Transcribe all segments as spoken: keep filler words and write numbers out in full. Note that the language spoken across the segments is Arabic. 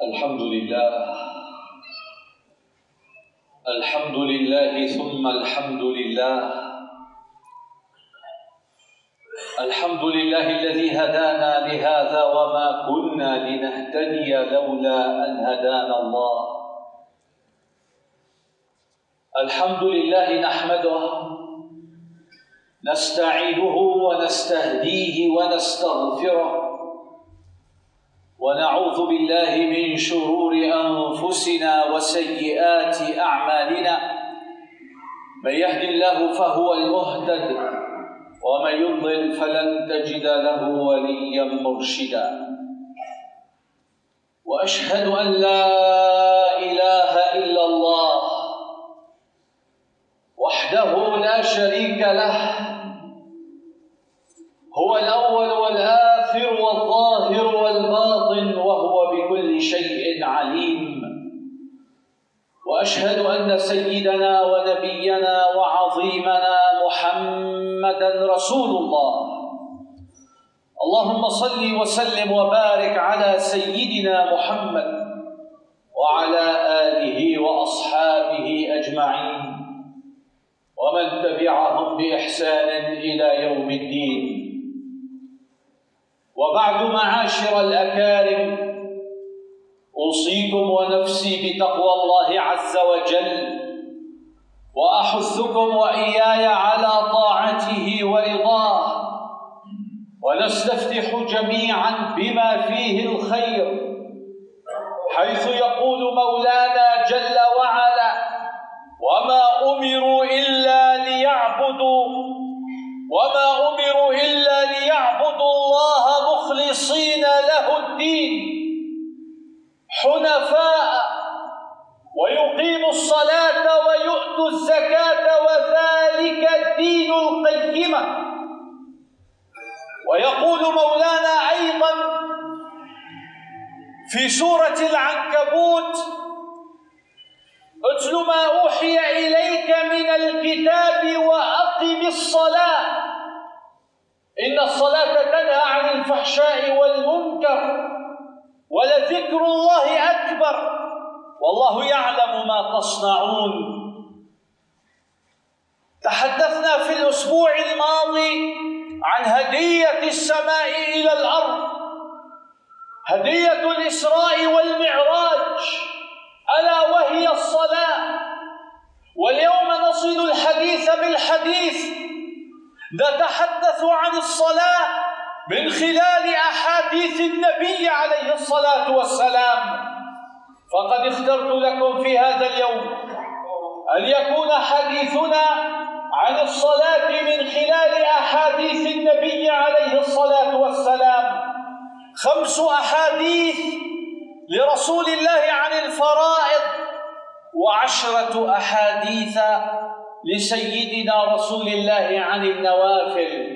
الحمد لله الحمد لله ثم الحمد لله الحمد لله الذي هدانا لهذا وما كنا لنهتدي لولا أن هدانا الله. الحمد لله نحمده نستعينه ونستهديه ونستغفره ونعوذ بالله من شرور أنفسنا وسيئات أعمالنا. من يهد الله فهو المهتد ومن يضلل فلن تجد له وليا مرشدا. وأشهد أن لا إله إلا الله وحده لا شريك له، هو الأول والآخر والظاهر والباطن وهو بكل شيء عليم. وأشهد أن سيدنا ونبينا وعظيمنا محمدًا رسول الله. اللهم صل وسلم وبارك على سيدنا محمد وعلى آله وأصحابه أجمعين ومن تبعهم بإحسان إلى يوم الدين. وبعد معاشر الأكارم، أوصيكم ونفسي بتقوى الله عز وجل، وأحثكم وإياي على طاعته ورضاه، ونستفتح جميعا بما فيه الخير، حيث يقول مولانا جل وعلا: وما أمروا إلا ليعبدوا وما أمروا إلا ليعبدوا الله مخلصين له الدين حنفاء ويقيموا الصلاة ويؤتوا الزكاة وذلك الدين القيمة. ويقول مولانا أيضا في سورة العنكبوت: اتل ما أوحي إليك من الكتاب وأقم الصلاة إن الصلاة تنهى عن الفحشاء والمنكر ولذكر الله أكبر والله يعلم ما تصنعون. تحدثنا في الأسبوع الماضي عن هدية السماء إلى الأرض، هدية الإسراء والمعراج، ألا وهي الصلاة. واليوم نصل الحديث بالحديث، نتحدث عن الصلاة من خلال أحاديث النبي عليه الصلاة والسلام. فقد اخترت لكم في هذا اليوم أن يكون حديثنا عن الصلاة من خلال أحاديث النبي عليه الصلاة والسلام. خمس أحاديث لرسول الله عن الفرائض، وعشرة أحاديث لسيدنا رسول الله عن النوافل.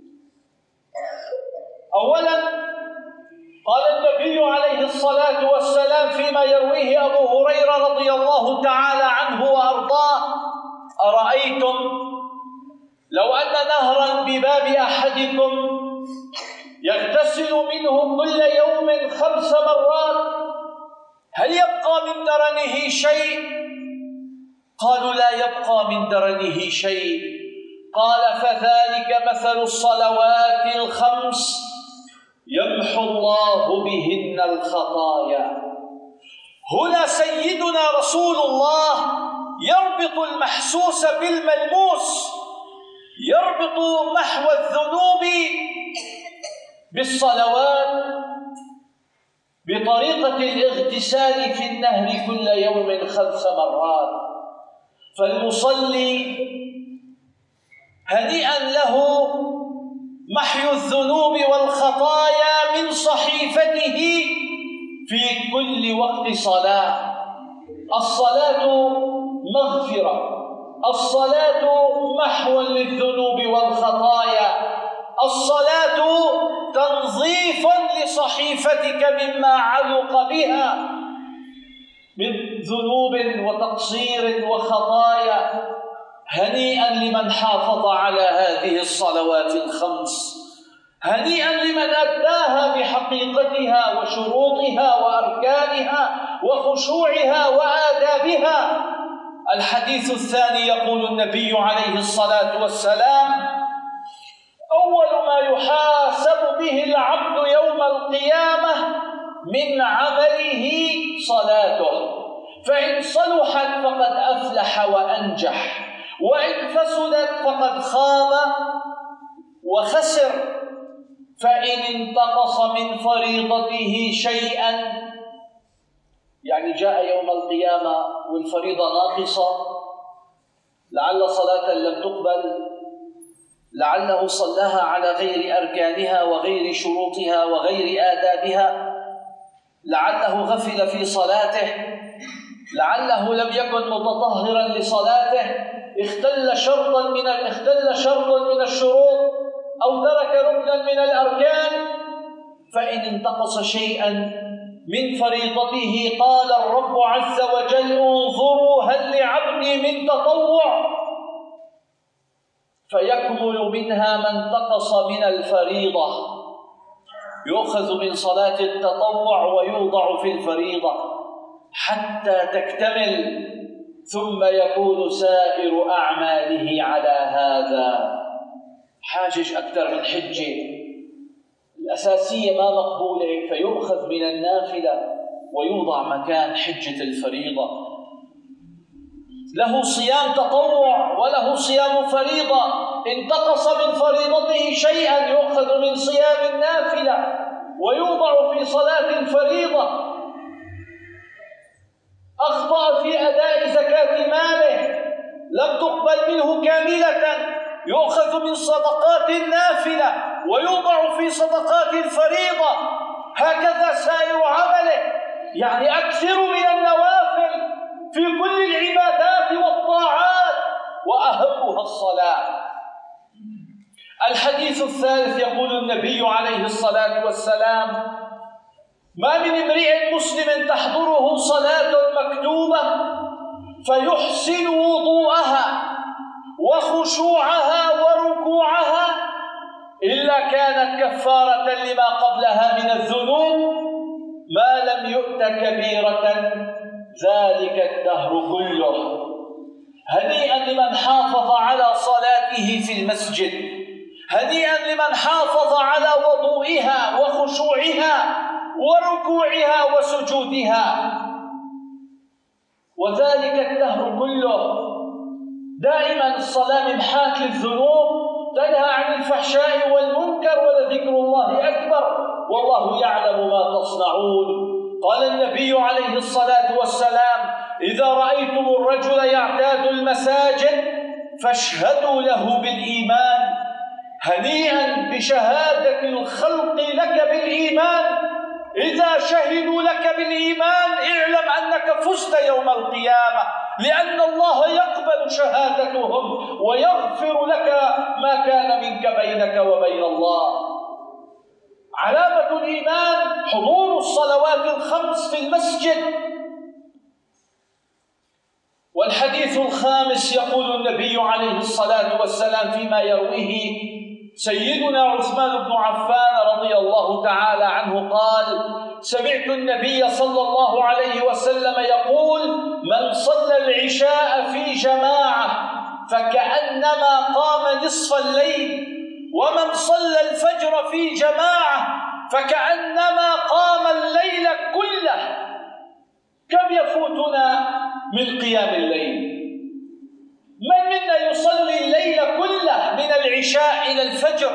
أولا، قال النبي عليه الصلاة والسلام فيما يرويه أبو هريرة رضي الله تعالى عنه وأرضاه: أرأيتم لو أن نهرا بباب أحدكم يغتسل منه كل يوم خمس مرات هل يبقى من درنه شيء؟ قالوا: لا يبقى من درنه شيء. قال: فذلك مثل الصلوات الخمس يمحو الله بهن الخطايا. هنا سيدنا رسول الله يربط المحسوس بالملموس، يربط محو الذنوب بالصلوات بطريقة الاغتسال في النهر كل يوم خمس مرات. فالمصلي هنيئا له محو الذنوب والخطايا من صحيفته في كل وقت صلاة. الصلاة مغفرة، الصلاة محو للذنوب والخطايا، الصلاة تنظيف لصحيفتك مما علق بها من ذنوب وتقصير وخطايا. هنيئا لمن حافظ على هذه الصلوات الخمس، هنيئا لمن أداها بحقيقتها وشروطها وأركانها. وأركانها وخشوعها وآدابها. الحديث الثاني يقول النبي عليه الصلاة والسلام: أول ما يحاسب به العبد يوم القيامة من عمله صلاته، فإن صلحت فقد أفلح وأنجح، وإن فسدت فقد خاب وخسر. فإن انتقص من فريضته شيئا، يعني جاء يوم القيامة والفريضة ناقصة، لعل صلاة لم تقبل، لعله صلاها على غير أركانها وغير شروطها وغير آدابها، لعله غفل في صلاته، لعله لم يكن متطهرا لصلاته، اختل شرطا من اختل شرط من الشروط أو ترك ركنا من الأركان. فإن انتقص شيئا من فريضته قال الرب عز وجل: انظروا هل لعبدي من تطوع، فيكمل منها ما انتقص من الفريضة، يؤخذ من صلاة التطوع ويوضع في الفريضة حتى تكتمل، ثم يكون سائر أعماله على هذا. حاجج أكثر من حجة الأساسية ما مقبولة، فيؤخذ من النافلة ويوضع مكان حجة الفريضة. له صيام تطوع وله صيام فريضة، انتقص من فريضته شيئا يؤخذ من صيام النافلة ويوضع في صلاة الفريضة. أخطأ في أداء زكاة ماله لم تقبل منه كاملة، يؤخذ من صدقات النافلة ويوضع في صدقات الفريضة. هكذا سائر عمله، يعني أكثر من النوافل في كل العبادات والطاعات، وأهمها الصلاة. الحديث الثالث يقول النبي عليه الصلاة والسلام: ما من امرئ مسلم تحضره صلاة مكتوبة فيحسن وضوءها وخشوعها وركوعها إلا كانت كفارة لما قبلها من الذنوب ما لم يؤت كبيرة ذلك الدهر كله. هنيئا لمن حافظ على صلاته في المسجد، هنيئا لمن حافظ على وضوئها وخشوعها وركوعها وسجودها، وذلك الدهر كله. دائما الصلاة ممحاة للذنوب، تنهى عن الفحشاء والمنكر، ولذكر الله أكبر والله يعلم ما تصنعون. قال النبي عليه الصلاة والسلام: إذا رأيتم الرجل يعتاد المساجد فاشهدوا له بالإيمان. هنيئا بشهادة الخلق لك بالإيمان. إذا شهدوا لك بالإيمان اعلم أنك فزت يوم القيامة، لأن الله يقبل شهادتهم ويغفر لك ما كان منك بينك وبين الله. علامة الإيمان حضور الصلوات الخمس في المسجد. والحديث الخامس يقول النبي عليه الصلاة والسلام فيما يرويه سيدنا عثمان بن عفان رضي الله تعالى عنه قال: سمعت النبي صلى الله عليه وسلم يقول: من صلى العشاء في جماعة فكأنما قام نصف الليل، ومن صلى الفجر في جماعة فكأنما قام الليل كله. كم يفوتنا من قيام الليل؟ من منا يصلي الليل كله من العشاء إلى الفجر؟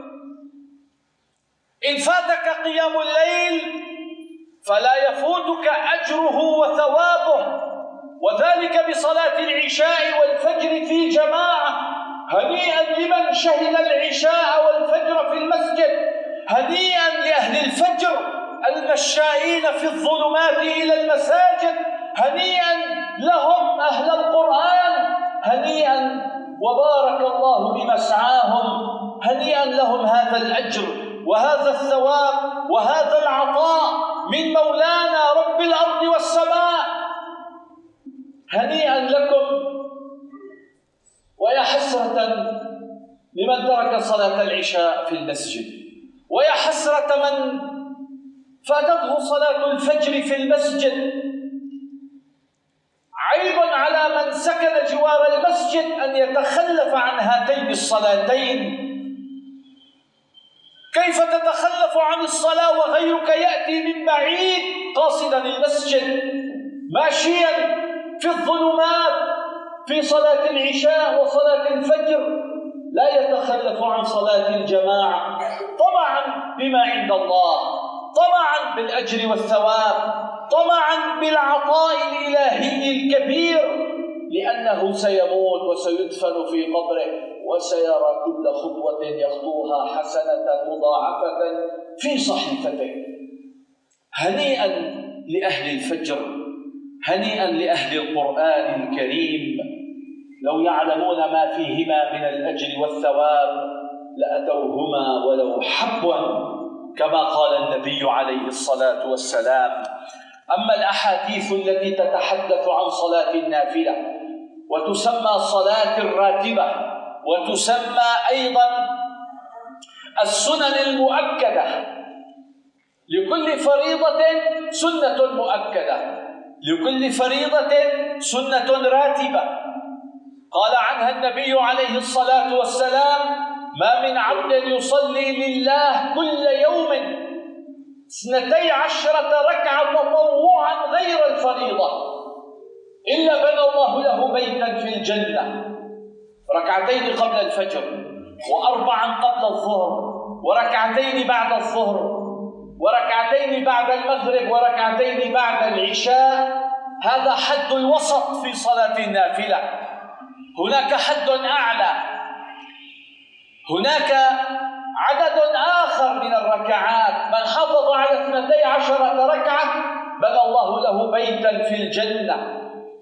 إن فاتك قيام الليل فلا يفوتك أجره وثوابه، وذلك بصلاة العشاء والفجر في جماعة. هنيئا لمن شهد العشاء والفجر في المسجد، هنيئا لأهل الفجر المشائين في الظلمات إلى المساجد، هنيئا لهم أهل القرآن، هنيئا وبارك الله بمسعاهم، هنيئا لهم هذا الأجر وهذا الثواب وهذا العطاء من مولانا رب الأرض والسماء. هنيئا لكم. ويا حسرة لمن ترك صلاة العشاء في المسجد، ويا حسرة من فاتته صلاة الفجر في المسجد. عيب على من سكن جوار المسجد أن يتخلف عن هاتين الصلاتين. كيف تتخلف عن الصلاة وغيرك يأتي من بعيد قاصدا المسجد ماشيا في الظلمات في صلاة العشاء وصلاة الفجر، لا يتخلف عن صلاة الجماعة طمعا بما عند الله، طمعا بالأجر والثواب، طمعا بالعطاء الإلهي الكبير، لأنه سيموت وسيدفن في قبره وسيرى كل خطوة يخطوها حسنة مضاعفة في صحيفته. هنيئا لأهل الفجر، هنيئا لأهل القرآن الكريم، لو يعلمون ما فيهما من الأجر والثواب لأتوهما ولو حبوا كما قال النبي عليه الصلاة والسلام. أما الأحاديث التي تتحدث عن صلاة النافلة وتسمى صلاة الراتبة وتسمى أيضا السنن المؤكدة، لكل فريضة سنة مؤكدة، لكل فريضة سنة راتبة. قال عنها النبي عليه الصلاة والسلام: ما من عبد يصلي لله كل يوم اثنتي عشرة ركعة تطوعا غير الفريضة إلا بنى الله له بيتا في الجنة، ركعتين قبل الفجر وأربعا قبل الظهر وركعتين بعد الظهر وركعتين بعد المغرب وركعتين بعد العشاء. هذا حد الوسط في صلاة النافلة. هناك حد أعلى، هناك عدد آخر من الركعات. من حافظ على اثنتي عشرة ركعة بنى الله له بيتا في الجنة.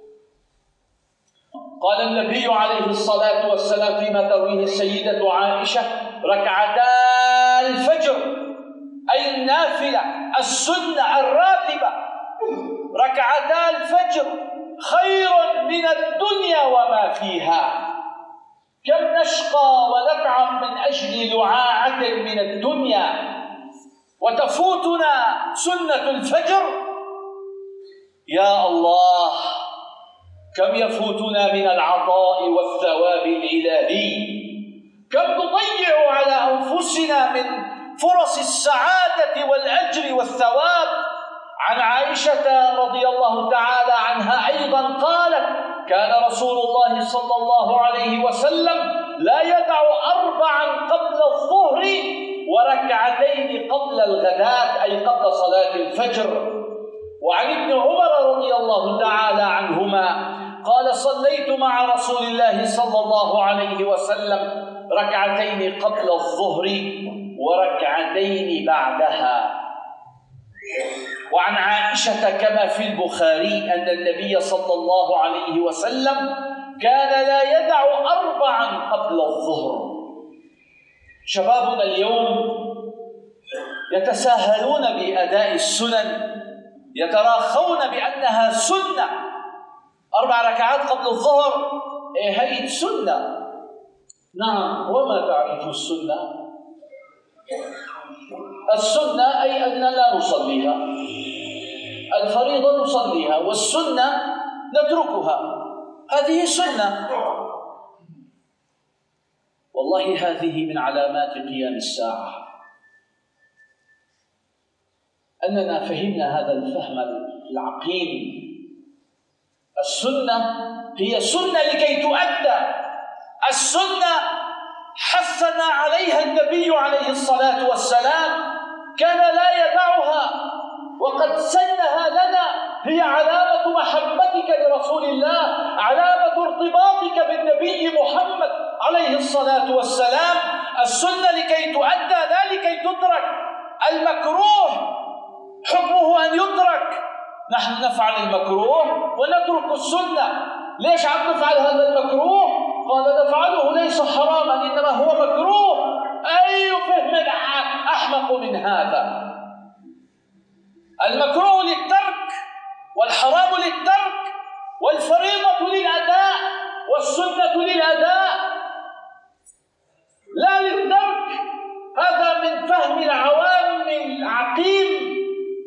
قال النبي عليه الصلاة والسلام فيما ترويه السيدة عائشة: ركعتا الفجر أي النافلة السنة الراتبة، ركعتا الفجر خير من الدنيا وما فيها. كم نشقى ونتعب من أجل لعاعة من الدنيا وتفوتنا سنة الفجر. يا الله، كم يفوتنا من العطاء والثواب الإلهي، كم نضيع على أنفسنا من فرص السعادة والأجر والثواب. عن عائشة رضي الله تعالى عنها أيضا قالت: كان رسول الله صلى الله عليه وسلم لا يدع أربعا قبل الظهر وركعتين قبل الغداة أي قبل صلاة الفجر. وعن ابن عمر رضي الله تعالى عنهما قال: صليت مع رسول الله صلى الله عليه وسلم ركعتين قبل الظهر وركعتين بعدها. وعن عائشة كما في البخاري أن النبي صلى الله عليه وسلم كان لا يدع أربعا قبل الظهر. شبابنا اليوم يتساهلون بأداء السنن، يتراخون بأنها سنة. أربع ركعات قبل الظهر، إيه هي سنة؟ نعم، وما تعرف السنة؟ السنة أي أن لا نصليها، الفريضة نصليها والسنة نتركها، هذه سنة. والله هذه من علامات قيام الساعة، أننا فهمنا هذا الفهم العقيم. السنة هي سنة لكي تؤدى، السنة حثنا عليها النبي عليه الصلاة والسلام، كان لا يدعها وقد سنها لنا. هي علامة محبتك لرسول الله، علامة ارتباطك بالنبي محمد عليه الصلاة والسلام. السنة لكي تؤدى لا لكي تترك. المكروه حكمه أن يترك، نحن نفعل المكروه ونترك السنة. ليش عم نفعل هذا المكروه؟ قال: نفعله ليس حراما إنما هو مكروه. أي فهم أحمق من هذا؟ المكروه للترك والحرام للترك والفريضة للأداء والسنة للأداء لا للترك. هذا من فهم العوام العقيم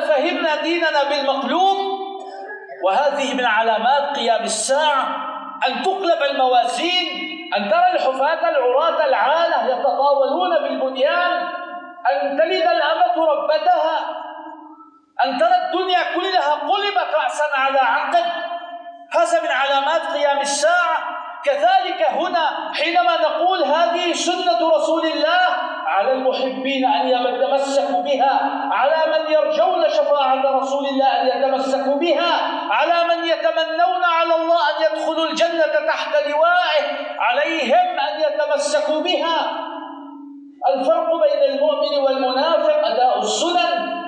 فهمنا ديننا بالمقلوب. وهذه من علامات قيام الساعة، أن تقلب الموازين، أن ترى الحفاة العراة العالة يتطاولون بالبنيان، أن تلد الأمة ربتها، أن ترى الدنيا كلها قلبت رأسا على عقب. هذا من علامات قيام الساعة. كذلك هنا حينما نقول هذه سنة رسول الله، على المحبين أن يتمسكوا بها، على من يرجون شفاعة رسول الله أن يتمسكوا بها، على من يتمنون على الله أن يدخلوا الجنة تحت لوائه، عليهم أن يتمسكوا بها. الفرق بين المؤمن والمنافق أداء السنن،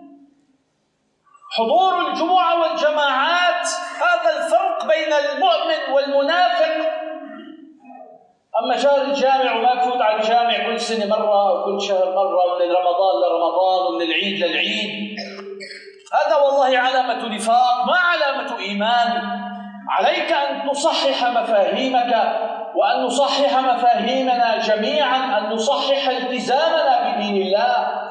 حضور الجمعة والجماعات، هذا الفرق بين المؤمن والمنافق. أما جار الجامع وما يفوت على الجامع كل سنة مرة وكل شهر مرة، ومن رمضان لرمضان ومن العيد للعيد، هذا والله علامة نفاق ما علامة إيمان. عليك أن تصحح مفاهيمك، وأن نصحح مفاهيمنا جميعا، أن نصحح التزامنا بدين الله.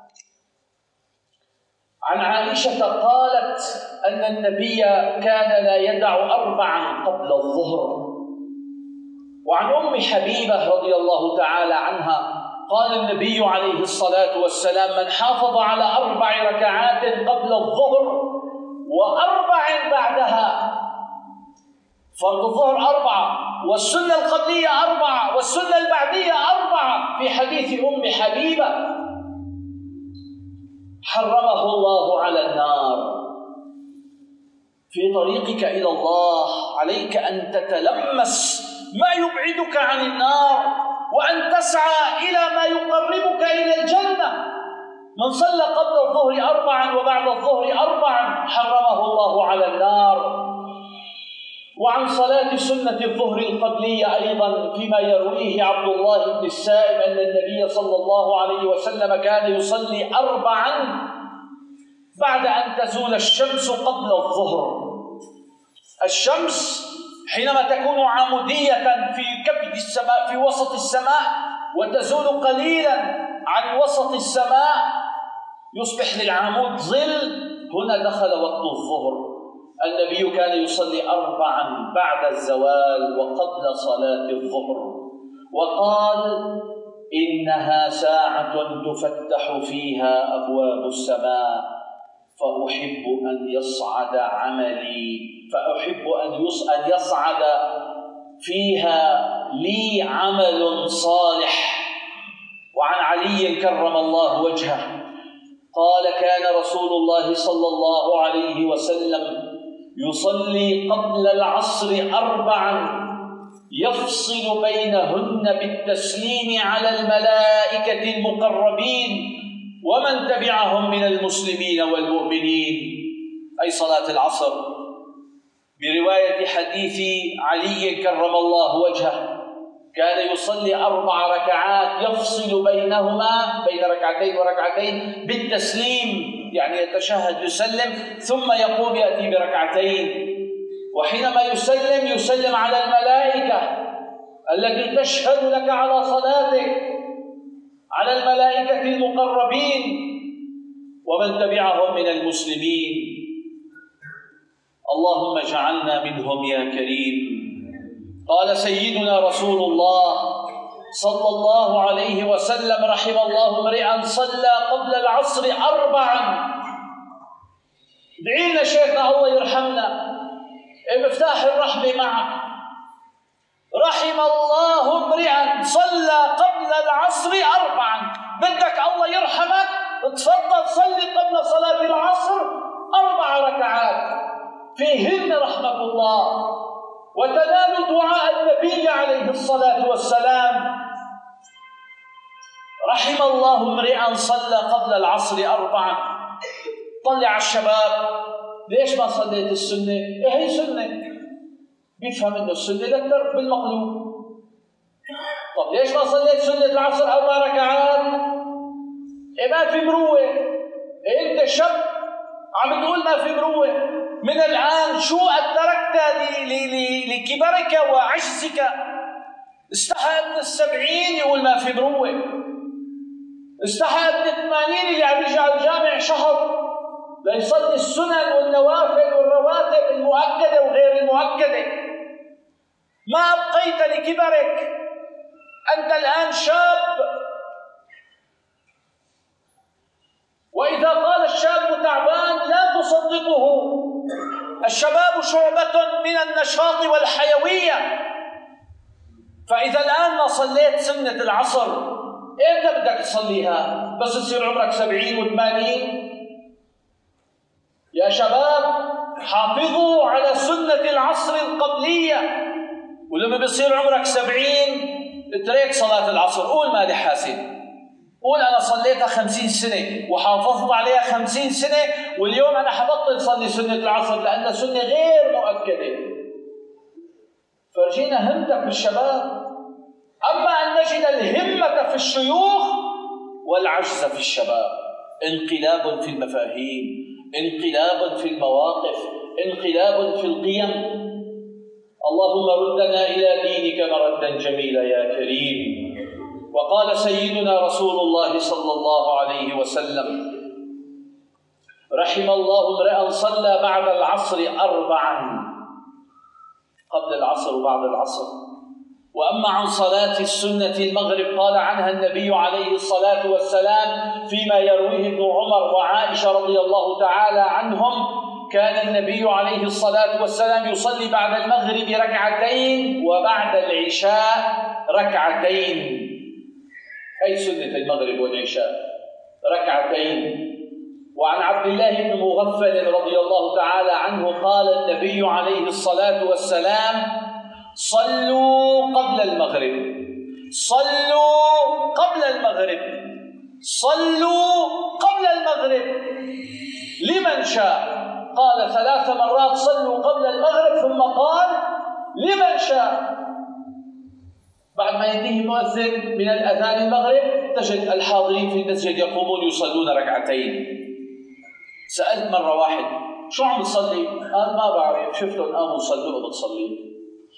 عن عائشة قالت أن النبي كان لا يدع أربعا قبل الظهر. وعن أم حبيبة رضي الله تعالى عنها قال النبي عليه الصلاة والسلام: من حافظ على أربع ركعات قبل الظهر وأربع بعدها، فرض الظهر أربعة، والسنة القبلية أربعة، والسنة البعدية أربعة، في حديث أم حبيبة، حرمه الله على النار. في طريقك إلى الله عليك أن تتلمس ما يبعدك عن النار، وأن تسعى إلى ما يقربك إلى الجنة. من صلى قبل الظهر أربعا وبعد الظهر أربعا حرمه الله على النار. وعن صلاة سنة الظهر القبلية أيضا فيما يرويه عبد الله بن السائب أن النبي صلى الله عليه وسلم كان يصلي أربعا بعد أن تزول الشمس قبل الظهر. الشمس حينما تكون عمودية في كبد السماء في وسط السماء وتزول قليلا عن وسط السماء يصبح للعمود ظل، هنا دخل وقت الظهر. النبي كان يصلي أربعا بعد الزوال وقبل صلاة الظهر، وقال: إنها ساعة تفتح فيها أبواب السماء، فأحب أن يصعد عملي فأحب أن يصعد فيها لي عمل صالح. وعن علي كرم الله وجهه قال: كان رسول الله صلى الله عليه وسلم يصلي قبل العصر أربعا يفصل بينهن بالتسليم على الملائكة المقربين ومن تبعهم من المسلمين والمؤمنين، أي صلاة العصر. برواية حديث علي كرم الله وجهه كان يصلي أربع ركعات يفصل بينهما بين ركعتين وركعتين بالتسليم، يعني يتشهد يسلم ثم يقوم يأتي بركعتين، وحينما يسلم يسلم على الملائكة التي تشهد لك على صلاتك، على الملائكة المقربين ومن تبعهم من المسلمين. اللهم اجعلنا منهم يا كريم. قال سيدنا رسول الله صلى الله عليه وسلم: رحم الله امرئا صلى قبل العصر أربعا. ادعي لنا شيخنا الله يرحمنا، مفتاح الرحمة معك. رحم الله امرئا صلى قبل العصر أربعا. بدك الله يرحمك، تفضل صلي قبل صلاة العصر أربع ركعات فيهن رحمة الله، وتنال دعاء النبي عليه الصلاة والسلام. رحم الله امرئا صلى قبل العصر أربعا. طلع الشباب: ليش ما صليت السنة؟ إيه هي سنة؟ بيفهم إنه السنة للترك بالمقلوب. طب ليش ما صليت سنة العصر أربع ركعات؟ إيه ما في مروة. إيه أنت شاب عم تقول ما في مروة. من الآن شو أدركت لكبرك وعجزك؟ استحى ابن السبعين يقول ما في مروة، استحى ابن الثمانين اللي عم يجي على الجامع شهر ليصلي السنن والنوافل والرواتب المؤكدة وغير المؤكدة. ما أبقيت لكبرك، أنت الآن شاب، وإذا قال الشاب تعبان لا تصدقه. الشباب شعبة من النشاط والحيوية. فإذا الآن ما صليت سنة العصر، إمتى بدك تصليها؟ بس تصير عمرك سبعين وثمانين؟ يا شباب حافظوا على سنة العصر القبلية. ولما بيصير عمرك سبعين اترك صلاة العصر، قول مالي حاسب، قول أنا صليتها خمسين سنة وحافظت عليها خمسين سنة، واليوم أنا حبطل صلي سنة العصر لأنها سنة غير مؤكدة. فرجينا همتك بالشباب. أما أن نجد الهمة في الشيوخ والعجز في الشباب. انقلاب في المفاهيم، انقلاب في المواقف، انقلاب في القيم. اللهم ردنا إلى دينك مردا جميلا يا كريم. وقال سيدنا رسول الله صلى الله عليه وسلم: رحم الله امرأ صلى بعد العصر أربعا، قبل العصر وبعد العصر. وأما عن صلاة السنة المغرب قال عنها النبي عليه الصلاة والسلام فيما يرويه ابن عمر وعائشة رضي الله تعالى عنهم: كان النبي عليه الصلاة والسلام يصلي بعد المغرب ركعتين وبعد العشاء ركعتين. أي سنة المغرب والعشاء ركعتين. وعن عبد الله بن مغفل رضي الله تعالى عنه قال النبي عليه الصلاة والسلام: صلوا قبل المغرب، صلوا قبل المغرب، صلوا قبل المغرب لمن شاء. قال ثلاث مرات: صلوا قبل المغرب، ثم قال: لمن شاء. بعد ما ينتهي المؤذن من الأذان المغرب تجد الحاضرين في المسجد يقومون يصلون ركعتين. سألت مرة واحد: شو عم تصلي؟ قال: ما بعرف، شفتهم قاموا يصلوا وبتصلي.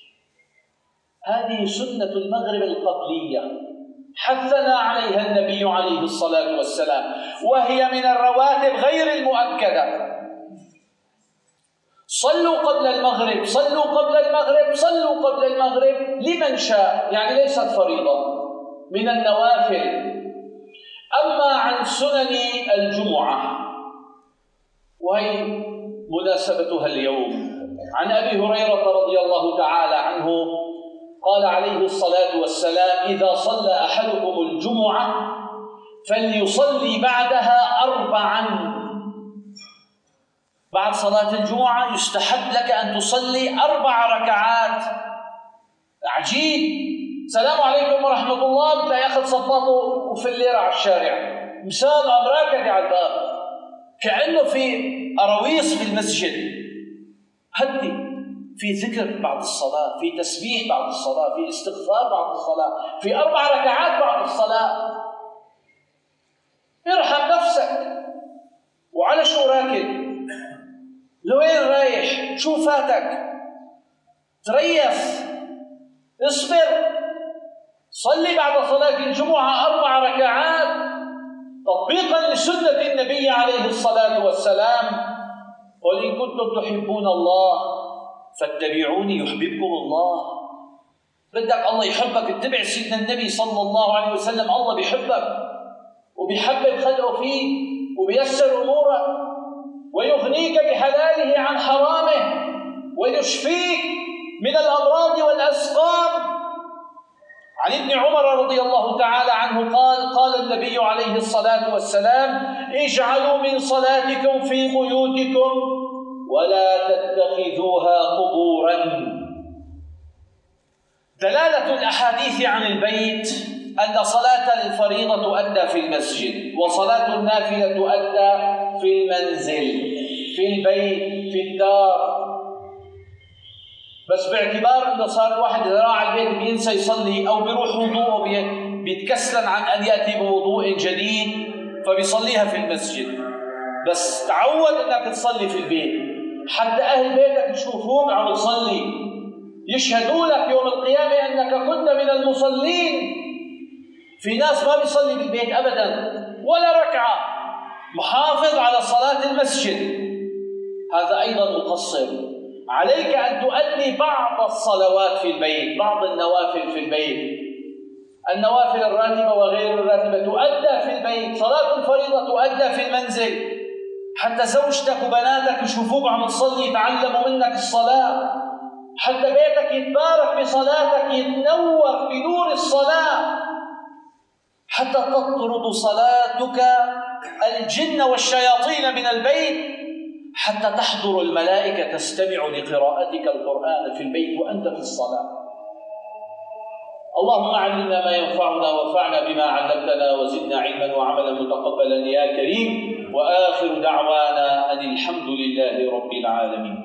هذه سنة المغرب القبلية حثنا عليها النبي عليه الصلاة والسلام، وهي من الرواتب غير المؤكدة. صلوا قبل المغرب، صلوا قبل المغرب، صلوا قبل المغرب لمن شاء، يعني ليست فريضة، من النوافل. أما عن سنن الجمعة وهي مناسبتها اليوم، عن أبي هريرة رضي الله تعالى عنه قال عليه الصلاة والسلام: إذا صلى أحدكم الجمعة فليصلي بعدها أربعا. بعد صلاة الجمعة يستحب لك أن تصلي أربع ركعات. عجيب، سلام عليكم ورحمة الله، بتلاقي ياخذ صفاته وفليرة على الشارع، مثال قام راكد على الباب كأنه في أراويص في المسجد. هدي، في ذكر بعد الصلاة، في تسبيح بعد الصلاة، في استغفار بعد الصلاة، في أربع ركعات بعد الصلاة. ارحم نفسك. وعلى شو راكد؟ لوين رايح؟ شو فاتك؟ تريث، اصبر، صلي بعد صلاة الجمعة أربع ركعات تطبيقا لسنة النبي عليه الصلاة والسلام. قل إن كنتم تحبون الله فاتبعوني يحببكم الله. بدك الله يحبك، اتبع سيدنا النبي صلى الله عليه وسلم. الله بيحبك وبيحبب خلقه فيك وبيسر أمورك ويغنيك بحلاله عن حرامه ويشفيك من الأمراض والأسقام. عن ابن عمر رضي الله تعالى عنه قال: قال النبي عليه الصلاة والسلام: اجعلوا من صلاتكم في بيوتكم ولا تتخذوها قبورا. دلالة الأحاديث عن البيت أن صلاة الفريضة تؤدى في المسجد، وصلاة النافلة تؤدى في المنزل، في البيت، في الدار. بس باعتبار أنه صار واحد إذا راح على البيت بينسى يصلي أو بيروح وضوءه بيتكسل عن أن يأتي بوضوء جديد فبيصليها في المسجد. بس تعود أنك تصلي في البيت حتى أهل بيتك يشوفوك عم تصلي، يشهدوا لك يوم القيامة أنك كنت من المصلين. في ناس ما بيصلي بالبيت أبدا ولا ركعة، محافظ على صلاة المسجد، هذا أيضا مقصر. عليك أن تؤدي بعض الصلوات في البيت، بعض النوافل في البيت، النوافل الراتبة وغير الراتبة تؤدى في البيت، صلاة الفريضة تؤدى في المنزل، حتى زوجتك وبناتك يشوفوك عم تصلي يتعلموا منك الصلاة، حتى بيتك يتبارك بصلاتك، يتنور بنور الصلاة، حتى تطرد صلاتك الجن والشياطين من البيت، حتى تحضر الملائكة تستمع لقراءتك القرآن في البيت وأنت في الصلاة. اللهم علمنا ما ينفعنا وانفعنا بما علمتنا وزدنا علما وعملا متقبلا يا كريم. وآخر دعوانا أن الحمد لله رب العالمين.